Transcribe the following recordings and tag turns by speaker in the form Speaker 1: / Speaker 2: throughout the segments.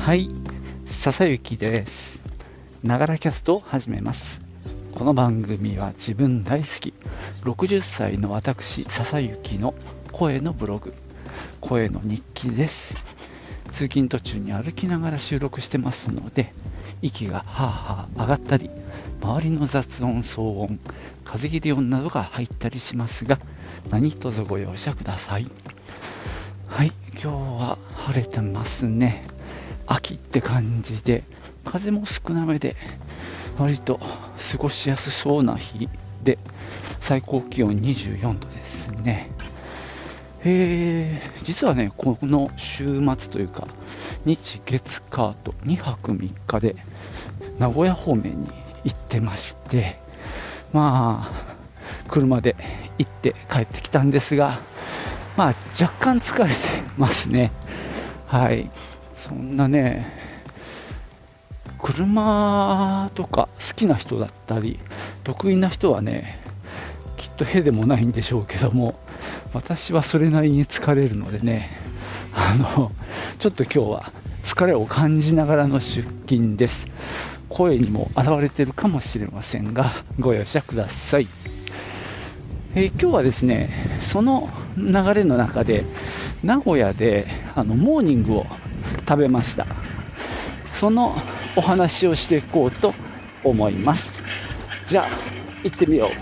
Speaker 1: はい、笹雪です。ながらキャストを始めます。この番組は自分大好き60歳の私笹雪の声のブログ、声の日記です。通勤途中に歩きながら収録してますので、息がはあはあ上がったり、周りの雑音、騒音、風切り音などが入ったりしますが、何卒ご容赦ください。はい、今日は晴れてますね。秋って感じで、風も少なめで割と過ごしやすそうな日で、最高気温24度ですね。実はね、この週末というか日月火と2泊3日で名古屋方面に行ってまして、車で行って帰ってきたんですが、若干疲れてますね。はい、そんなね、車とか好きな人だったり得意な人はね、きっとへでもないんでしょうけども、私はそれなりに疲れるのでね、ちょっと今日は疲れを感じながらの出勤です。声にも現れてるかもしれませんが、ご容赦ください。今日はですね、その流れの中で名古屋でモーニングを食べました。そのお話をしていこうと思います。じゃあ行ってみよう。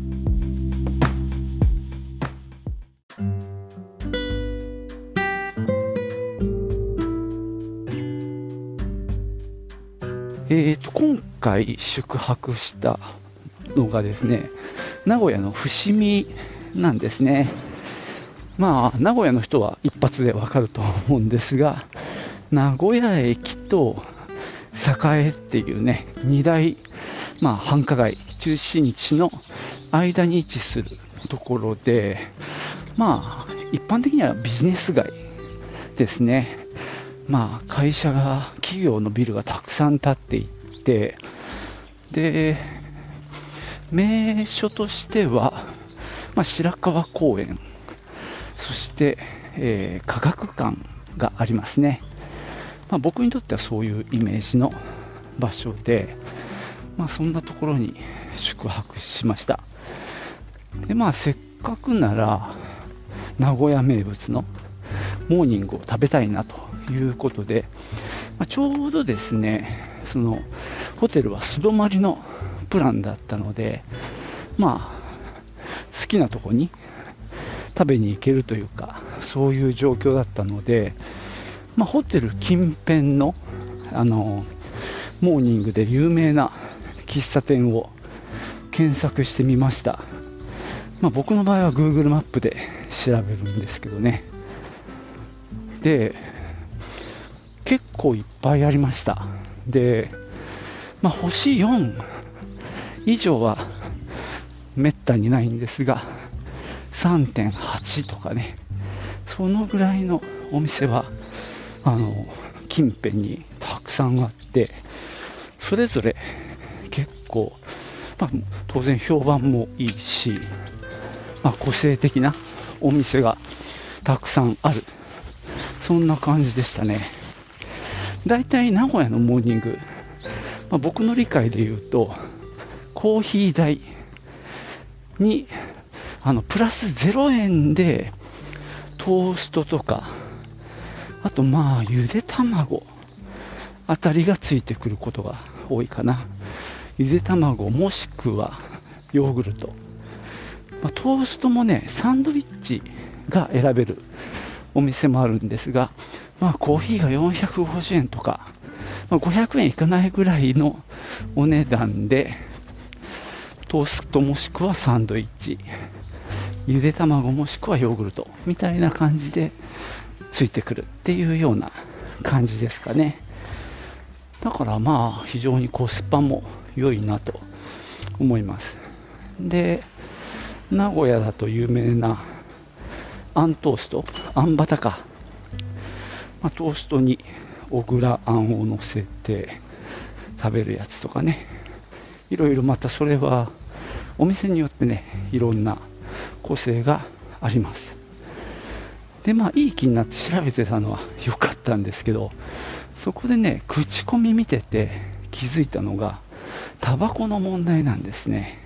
Speaker 1: 今回宿泊したのがですね、名古屋の伏見なんですね。名古屋の人は一発でわかると思うんですが、名古屋駅と栄っていうね、2大、繁華街、中心地の間に位置するところで、一般的にはビジネス街ですね。会社が、企業のビルがたくさん建っていて、で、名所としては、白川公園、そして、科学館がありますね。僕にとってはそういうイメージの場所で、そんなところに宿泊しました。で、せっかくなら名古屋名物のモーニングを食べたいなということで、ちょうどですね、そのホテルは素泊まりのプランだったので、好きなとこに食べに行けるというか、そういう状況だったので、ホテル近辺の、モーニングで有名な喫茶店を検索してみました。僕の場合は Google マップで調べるんですけどね。で、結構いっぱいありました。で、星4以上はめったにないんですが、3.8 とかね、そのぐらいのお店は近辺にたくさんあって、それぞれ結構、当然評判もいいし、個性的なお店がたくさんある、そんな感じでしたね。だいたい名古屋のモーニング、僕の理解で言うと、コーヒー代にプラス0円でトーストとか、あとゆで卵あたりがついてくることが多いかな。ゆで卵もしくはヨーグルト、トーストもね、サンドイッチが選べるお店もあるんですが、コーヒーが450円とか、500円いかないぐらいのお値段で、トーストもしくはサンドイッチ、ゆで卵もしくはヨーグルトみたいな感じでついてくるっていうような感じですかね。だから非常にコスパも良いなと思います。で、名古屋だと有名なあんトースト、あんバタか、トーストに小倉あんを乗せて食べるやつとかね、いろいろまたそれはお店によってね、いろんな個性があります。で、いい気になって調べてたのは良かったんですけど、 そこでね、口コミ見てて気づいたのが、タバコの問題なんですね。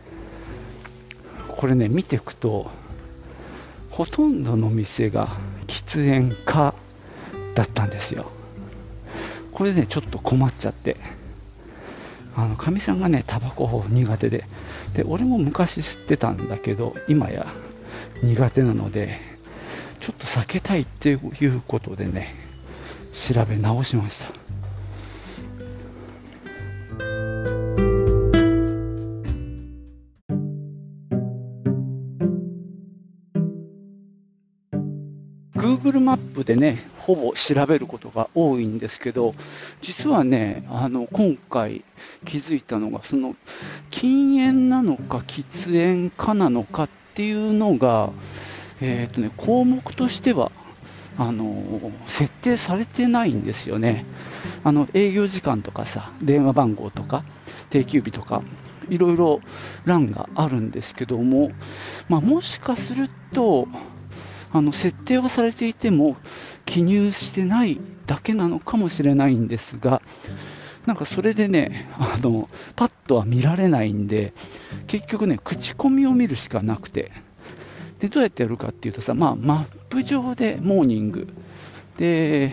Speaker 1: これね、見ていくと、ほとんどの店が喫煙家だったんですよ。これね、ちょっと困っちゃって、かみさんがね、タバコ苦手で、俺も昔知ってたんだけど、今や苦手なので、ちょっと避けたいっていうことでね、調べ直しました。Google マップでね、ほぼ調べることが多いんですけど、実はね、今回気づいたのが、その禁煙なのか喫煙かなのかっていうのが、項目としては設定されてないんですよね。営業時間とかさ、電話番号とか、定休日とか、いろいろ欄があるんですけども、もしかすると、設定はされていても記入してないだけなのかもしれないんですが、なんかそれでね、パッとは見られないんで、結局ね、口コミを見るしかなくて、でどうやってやるかっていうとさ、マップ上でモーニングで、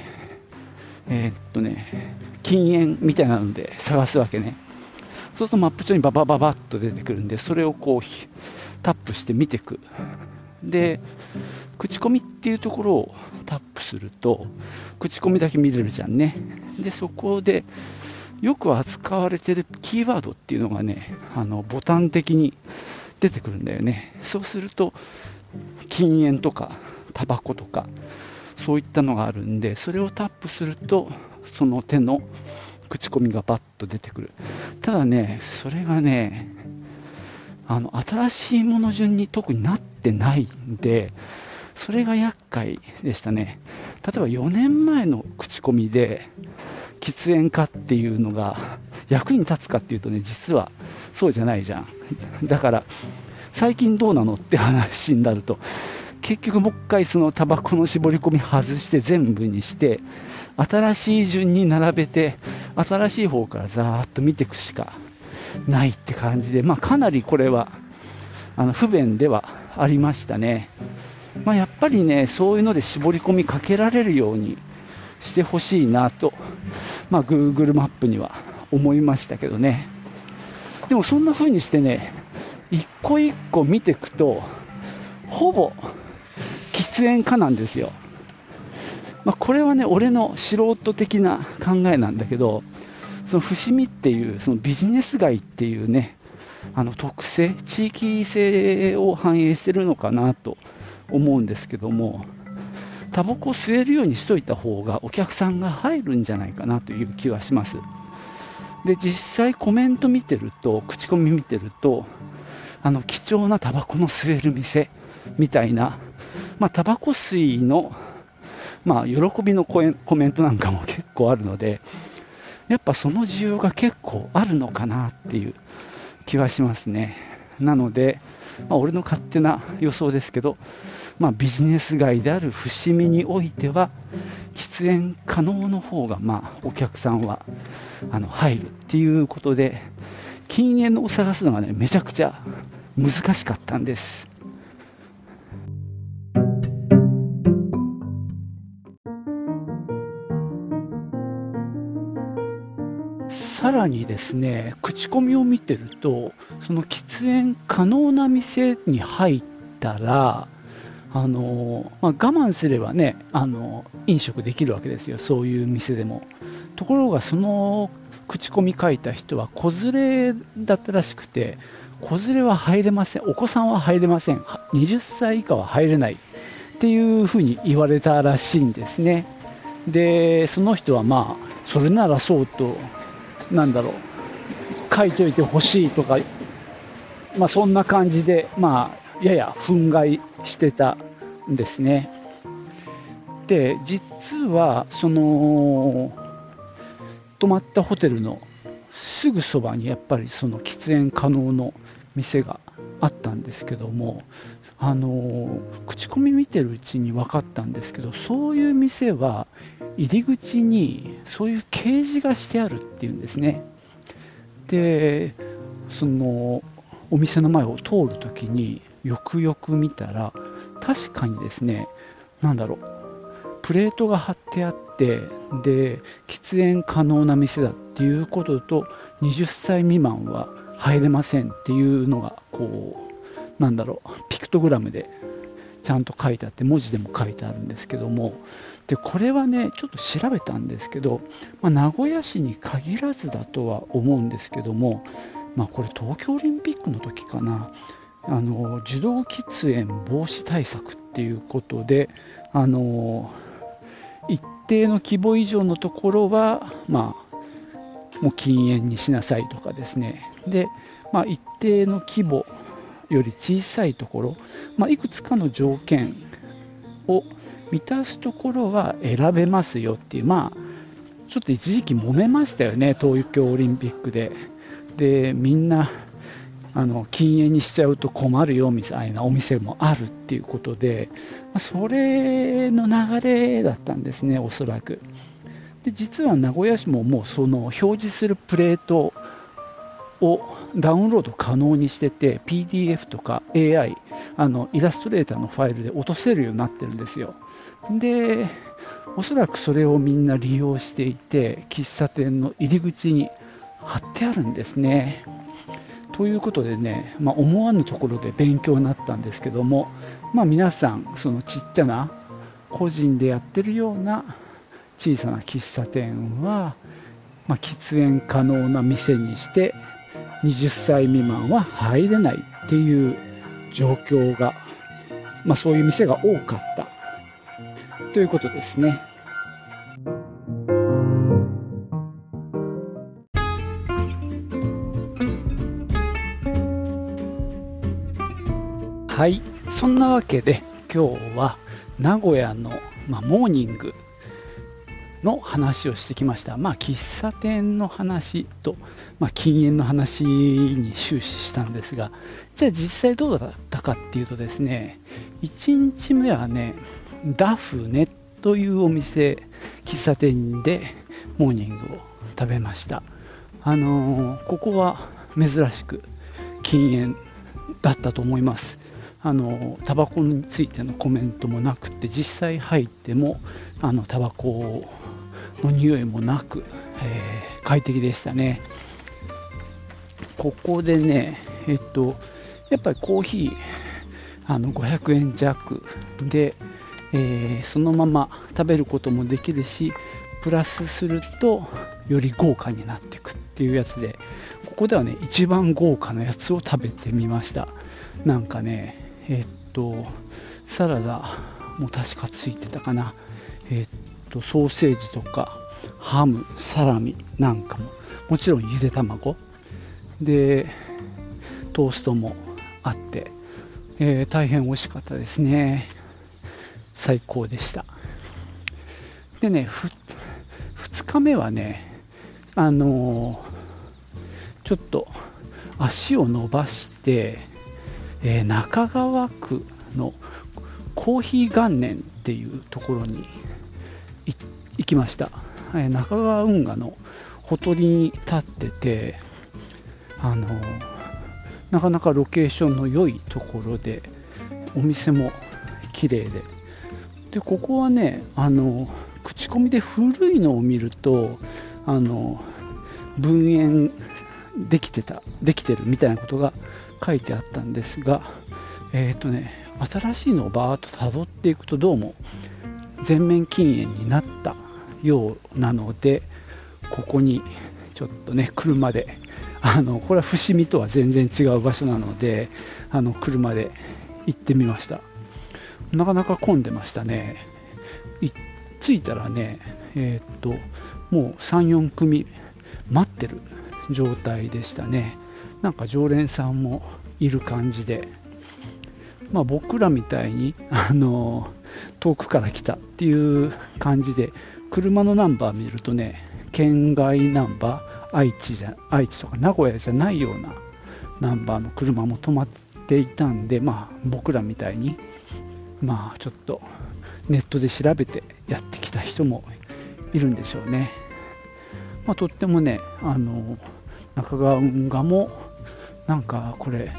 Speaker 1: 禁煙みたいなので探すわけね。そうするとマップ上にババババッと出てくるんで、それをこうタップして見ていく。で、口コミっていうところをタップすると、口コミだけ見れるじゃんね。で、そこでよく扱われてるキーワードっていうのがね、ボタン的に出てくるんだよね。そうすると、禁煙とかタバコとか、そういったのがあるんで、それをタップすると、その手の口コミがバッと出てくる。ただね、それがね、新しいもの順に特になってないんで、それが厄介でしたね。例えば4年前の口コミで喫煙家っていうのが役に立つかっていうとね、実はそうじゃないじゃん。だから最近どうなのって話になると、結局もう一回そのタバコの絞り込み外して全部にして、新しい順に並べて、新しい方からざーっと見ていくしかないって感じで、かなりこれは不便ではありましたね。やっぱりね、そういうので絞り込みかけられるようにしてほしいなと、Google マップには思いましたけどね。でもそんな風にしてね、一個一個見ていくと、ほぼ喫煙家なんですよ。これはね、俺の素人的な考えなんだけど、その伏見っていうそのビジネス街っていうね、特性、地域性を反映してるのかなと思うんですけども、タバコを吸えるようにしといた方がお客さんが入るんじゃないかなという気はします。で、実際コメント見てると、口コミ見てると、貴重なタバコの吸える店みたいな、タバコ吸いの、喜びのコメントなんかも結構あるので、やっぱその需要が結構あるのかなっていう気はしますね。なので、俺の勝手な予想ですけど、ビジネス街である伏見においては、喫煙可能の方が、お客さんは入るっていうことで、禁煙を探すのがね、めちゃくちゃ難しかったんです。さらにですね、口コミを見てると、その喫煙可能な店に入ったら、我慢すればね、飲食できるわけですよ、そういう店でも。ところが、その口コミ書いた人は子連れだったらしくて、子連れは入れません、お子さんは入れません、20歳以下は入れないっていうふうに言われたらしいんですね。で、その人はそれならそうと、書いといてほしいとか、そんな感じで、やや憤慨してたんですね。で、実はその泊まったホテルのすぐそばにやっぱりその喫煙可能の店があったんですけども、 口コミ見てるうちに分かったんですけど、そういう店は入り口にそういう掲示がしてあるっていうんですね。で、そのお店の前を通るときによくよく見たら、確かにですね、プレートが貼ってあって、で、喫煙可能な店だっていうことと、20歳未満は入れませんっていうのが、ピクトグラムでちゃんと書いてあって、文字でも書いてあるんですけども、で、これはね、ちょっと調べたんですけど、名古屋市に限らずだとは思うんですけども、これ東京オリンピックの時かな、受動喫煙防止対策っていうことで、一定の規模以上のところは、もう禁煙にしなさいとかですね。で、一定の規模より小さいところ、いくつかの条件を満たすところは選べますよっていう、ちょっと一時期揉めましたよね、東京オリンピックで。で、みんな禁煙にしちゃうと困るよみたいなお店もあるっていうことで、それの流れだったんですね、おそらく。で、実は名古屋市ももうその表示するプレートをダウンロード可能にしてて、 PDF とか AI、イラストレーターのファイルで落とせるようになってるんですよ。で、おそらくそれをみんな利用していて、喫茶店の入り口に貼ってあるんですね。ということでね、思わぬところで勉強になったんですけども、皆さん、そのちっちゃな個人でやってるような小さな喫茶店は、喫煙可能な店にして、20歳未満は入れないっていう状況が、そういう店が多かったということですね。はい、そんなわけで今日は名古屋の、モーニングの話をしてきました。喫茶店の話と、禁煙の話に終始したんですが、じゃあ実際どうだったかっていうとですね、1日目はね、ダフネというお店、喫茶店でモーニングを食べました。ここは珍しく禁煙だったと思います。タバコについてのコメントもなくて、実際入ってもタバコの匂いもなく、快適でしたね。ここでね、やっぱりコーヒー500円弱で、そのまま食べることもできるし、プラスするとより豪華になっていくっていうやつで、ここではね、一番豪華なやつを食べてみました。なんかね、サラダも確かついてたかな、ソーセージとかハム、サラミなんかも、もちろんゆで卵でトーストもあって、大変美味しかったですね。最高でした。でね、2日目はね、ちょっと足を伸ばして、中川区のコーヒー元年っていうところに行きました。中川運河のほとりに立ってて、なかなかロケーションの良いところで、お店も綺麗で、ここはね、口コミで古いのを見ると、分煙できてるみたいなことが書いてあったんですが、新しいのをバーッと辿っていくと、どうも全面禁煙になったようなので、ここにちょっとね、車で、これは伏見とは全然違う場所なので、車で行ってみました。なかなか混んでましたね。着いたらね、もう3、4組待ってる状態でしたね。なんか常連さんもいる感じで、僕らみたいに遠くから来たっていう感じで、車のナンバー見るとね、県外ナンバー、愛知とか名古屋じゃないようなナンバーの車も止まってていたんで、僕らみたいに、ちょっとネットで調べてやってきた人もいるんでしょうね。とってもね、中川運河もなんかこれ、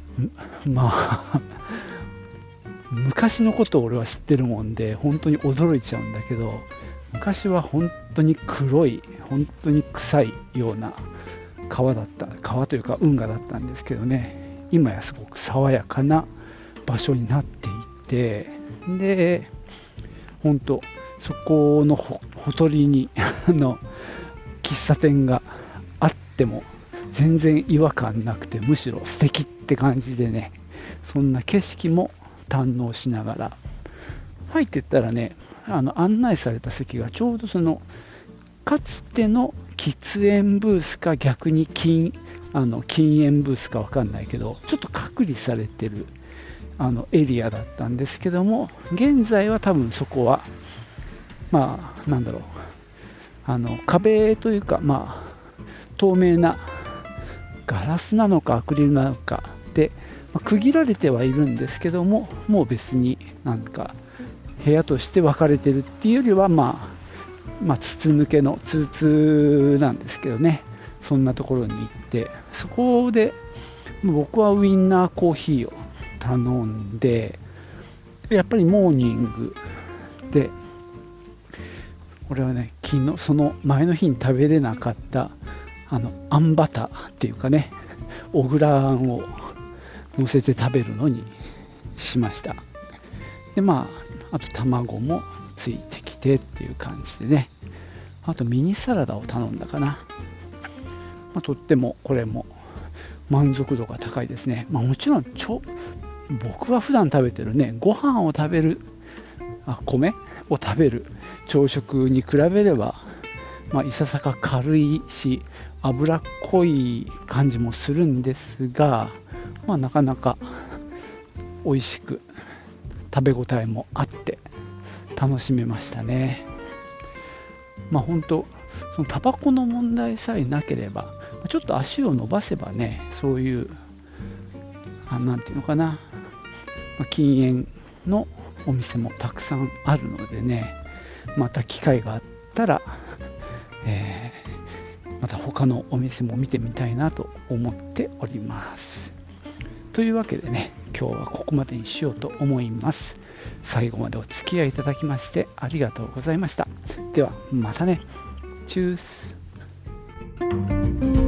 Speaker 1: 昔のことを俺は知ってるもんで本当に驚いちゃうんだけど、昔は本当に黒い、本当に臭いような川というか運河だったんですけどね、今やすごく爽やかな場所になっていて、で本当そこのほとりに喫茶店があっても全然違和感なくて、むしろ素敵って感じでね、そんな景色も堪能しながら入っていったらね、案内された席がちょうどそのかつての喫煙ブースか逆に禁煙ブースか分かんないけど、ちょっと隔離されてるエリアだったんですけども、現在は多分そこはなんだろう、壁というか、透明なガラスなのかアクリルなのかで、区切られてはいるんですけども、もう別になんか部屋として分かれてるっていうよりは、筒抜けの通通なんですけどね、そんなところに行って、そこで僕はウインナーコーヒーを頼んで、やっぱりモーニングで、俺はね、その前の日に食べれなかったあんバターっていうかね、小倉あんを乗せて食べるのにしました。であと卵もついてきてっていう感じでね、あとミニサラダを頼んだかな。とってもこれも満足度が高いですね。もちろん僕は普段食べてるね、米を食べる朝食に比べれば、いささか軽いし脂っこい感じもするんですが、なかなか美味しく食べ応えもあって楽しめましたね。本当そのタバコの問題さえなければ、ちょっと足を伸ばせばね、そういうなんていうのかな、禁煙のお店もたくさんあるのでね、また機会があったら、また他のお店も見てみたいなと思っております。というわけでね、今日はここまでにしようと思います。最後までお付き合いいただきましてありがとうございました。ではまたね。チュース。